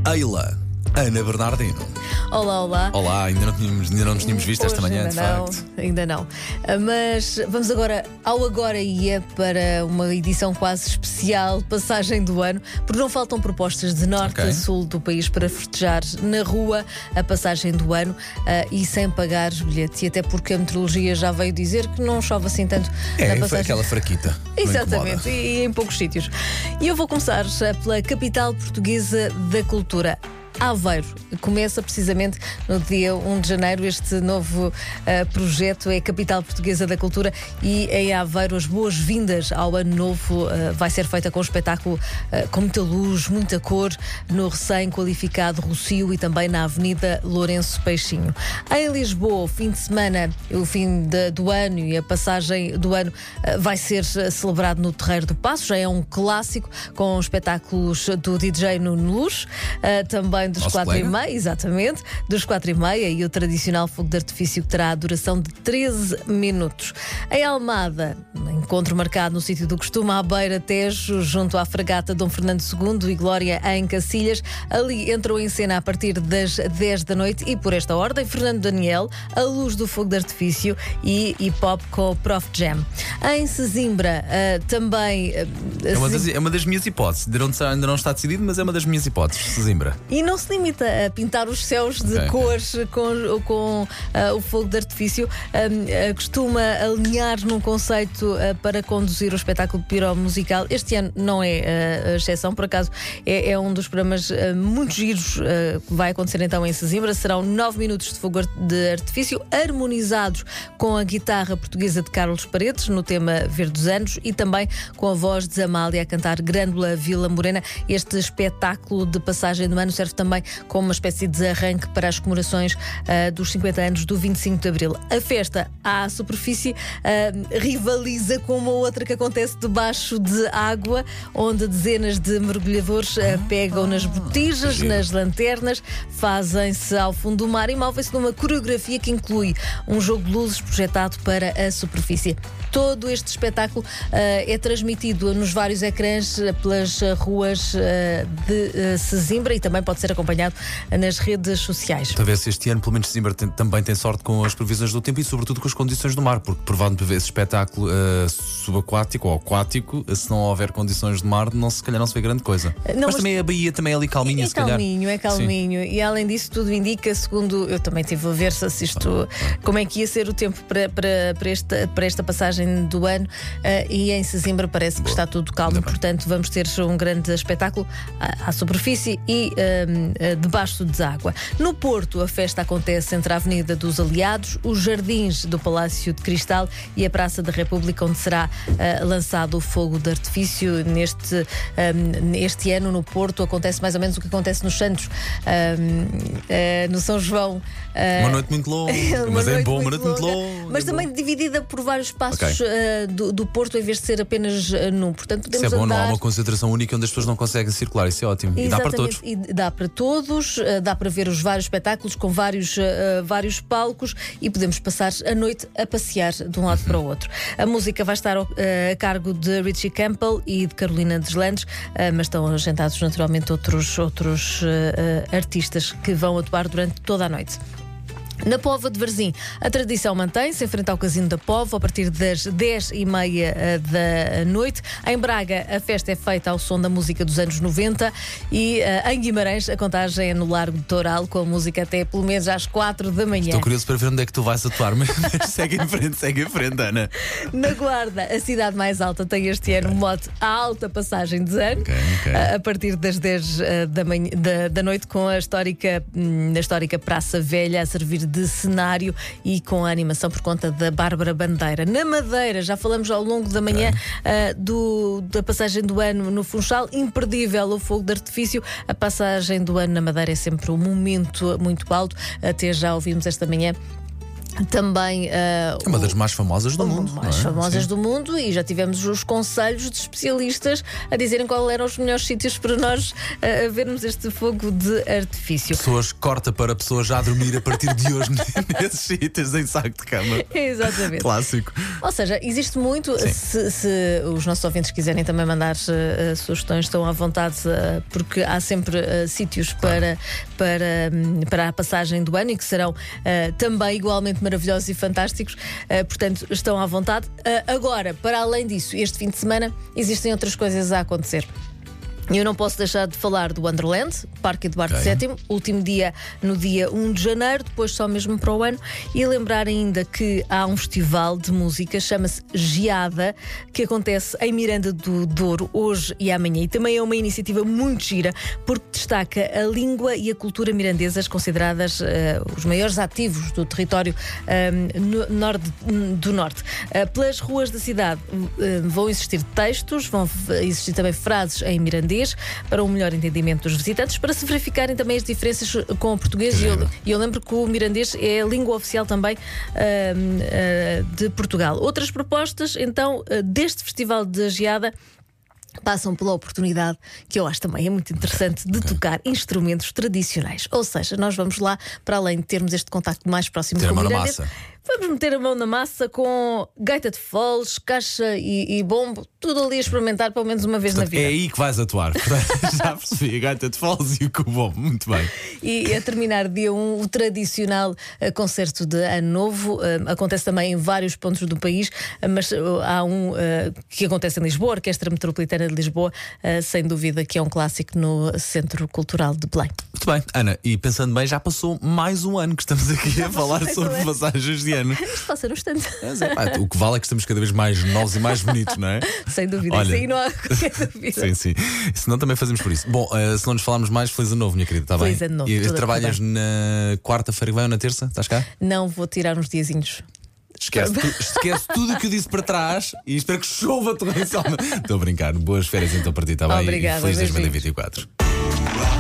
Eila, Ana Bernardino. Olá, olá. Olá, ainda não nos tínhamos visto esta manhã, ainda de não, facto. ainda não. Mas vamos agora ao Agora Ia para uma edição quase especial, passagem do ano, porque não faltam propostas de norte a sul do país para festejar na rua a passagem do ano e sem pagar bilhete. E até porque a meteorologia já veio dizer que não chove assim tanto na passagem. Foi aquela fraquita. Exatamente, e em poucos sítios. E eu vou começar pela capital portuguesa da cultura. Aveiro. Começa precisamente no dia 1 de janeiro este novo projeto, é a Capital Portuguesa da Cultura, e em Aveiro as boas-vindas ao ano novo vai ser feita com um espetáculo com muita luz, muita cor, no recém-qualificado Rossio e também na Avenida Lourenço Peixinho. Em Lisboa, o fim de semana, o fim do ano e a passagem do ano vai ser celebrado no Terreiro do Paço, já é um clássico, com espetáculos do DJ Nuno Luz, também dos 4h30, exatamente, dos 4h30, e o tradicional fogo de artifício que terá a duração de 13 minutos. Em Almada, encontro marcado no sítio do costume, à beira Tejo, junto à fragata Dom Fernando II e Glória em Cacilhas. Ali entrou em cena a partir das 10 da noite e, por esta ordem, Fernando Daniel, A Luz do Fogo de Artifício e hip-hop com o Prof Jam. Em Sesimbra, também... É uma das minhas hipóteses. Ainda não está decidido, mas é uma das minhas hipóteses, Sesimbra. E não se limita a pintar os céus de cores com o fogo de artifício. Costuma alinhar num conceito para conduzir o espetáculo piromusical. Este ano não é a exceção, por acaso é um dos programas muito giros que vai acontecer então em Sesimbra. Serão 9 minutos de fogo de artifício harmonizados com a guitarra portuguesa de Carlos Paredes no tema Verde dos Anos e também com a voz de Amália a cantar Grândola Vila Morena. Este espetáculo de passagem do ano serve também como uma espécie de arranque para as comemorações dos 50 anos do 25 de Abril. A festa à superfície rivaliza com uma outra que acontece debaixo de água, onde dezenas de mergulhadores pegam nas botijas, nas lanternas, fazem-se ao fundo do mar e movem-se numa coreografia que inclui um jogo de luzes projetado para a superfície. Todo este espetáculo é transmitido nos vários ecrãs pelas ruas de Sesimbra e também pode ser acompanhado nas redes sociais. Talvez este ano, pelo menos, Sesimbra também tem sorte com as previsões do tempo e, sobretudo, com as condições do mar, porque provavelmente para ver esse espetáculo subaquático ou aquático, se não houver condições de mar, se calhar não se vê grande coisa. Mas também a Bahia também é ali calminha, se calhar. É calminho. Sim. E além disso, tudo indica, segundo eu também tive a ver se assisto, como é que ia ser o tempo para esta passagem do ano, e em Sesimbra parece que está tudo calmo, portanto vamos ter um grande espetáculo à superfície e debaixo de água. No Porto, a festa acontece entre a Avenida dos Aliados, os Jardins do Palácio de Cristal e a Praça da República, onde será lançado o fogo de artifício. Neste ano no Porto acontece mais ou menos o que acontece nos Santos, no São João. Uma noite muito longa, mas é bom, uma noite muito longa. Mas também dividida por vários espaços do Porto, em vez de ser apenas num. Portanto, podemos isso é bom, andar... não há uma concentração única onde as pessoas não conseguem circular, isso é ótimo. Exatamente. E dá para todos. E dá para todos, dá para ver os vários espetáculos com vários palcos e podemos passar a noite a passear de um lado para o outro. A música vai estar a cargo de Richie Campbell e de Carolina Deslandes, mas estão agentados naturalmente outros artistas que vão atuar durante toda a noite. Na Póvoa de Varzim, a tradição mantém-se em frente ao Casino da Póvoa a partir das 10h30 da noite. Em Braga, a festa é feita ao som da música dos anos 90 e em Guimarães, a contagem é no Largo de Toural, com a música até pelo menos às 4 da manhã. Estou curioso para ver onde é que tu vais atuar, mas segue em frente, Ana. Na Guarda, a cidade mais alta tem este ano mote a alta passagem de ano, a partir das 10 da noite, com a histórica Praça Velha a servir de cenário e com a animação por conta da Bárbara Bandeira. Na Madeira, já falamos ao longo da manhã da passagem do ano no Funchal, imperdível o fogo de artifício. A passagem do ano na Madeira é sempre um momento muito alto. Até já ouvimos esta manhã Também é uma das mais famosas do mundo. Mais famosas do mundo, e já tivemos os conselhos de especialistas a dizerem qual eram os melhores sítios para nós vermos este fogo de artifício. Pessoas corta para pessoas já a dormir a partir de hoje nesses sítios em saco de cama. Exatamente. Clássico. Ou seja, existe muito. Se os nossos ouvintes quiserem também mandar sugestões, estão à vontade, porque há sempre sítios para a passagem do ano e que serão também igualmente maravilhosos e fantásticos, portanto estão à vontade. Agora, para além disso, este fim de semana existem outras coisas a acontecer. Eu não posso deixar de falar do Wonderland, Parque Eduardo VII, último dia no dia 1 de janeiro, depois só mesmo para o ano. E lembrar ainda que há um festival de música, chama-se Geada, que acontece em Miranda do Douro, hoje e amanhã. E também é uma iniciativa muito gira, porque destaca a língua e a cultura mirandesas, consideradas os maiores ativos do território do norte. Pelas ruas da cidade vão existir textos, vão existir também frases em mirandês, para um melhor entendimento dos visitantes, para se verificarem também as diferenças com o português. E eu lembro que o mirandês é a língua oficial também de Portugal. Outras propostas, então, deste Festival de Geada passam pela oportunidade, que eu acho também é muito interessante, de tocar instrumentos tradicionais. Ou seja, nós vamos lá, para além de termos este contacto mais próximo com o mirandês, vamos meter a mão na massa com gaita de foles, caixa e bombo, tudo ali a experimentar pelo menos uma vez na vida. É aí que vais atuar. Já percebi, a gaita de foles e o bombo, muito bem. E a terminar dia 1, o tradicional concerto de Ano Novo. Acontece também em vários pontos do país, mas há um que acontece em Lisboa, a Orquestra Metropolitana de Lisboa, sem dúvida que é um clássico no Centro Cultural de Belém. Muito bem, Ana, e pensando bem, já passou mais um ano que estamos aqui a falar sobre passagens de ano. Isto passa no instante. O que vale é que estamos cada vez mais novos e mais bonitos, não é? Sem dúvida, olha, isso aí não há qualquer dúvida. Sim. Senão também fazemos por isso. Bom, se não nos falarmos mais, feliz ano novo, minha querida, está bem? Feliz ano novo. E trabalhas na quarta-feira que vem ou na terça? Estás cá? Não, vou tirar uns diazinhos. Esquece tudo o que eu disse para trás e espero que chova torrencialmente. Estou a brincar. Boas férias então para ti, está bem? Obrigada. E feliz 2024.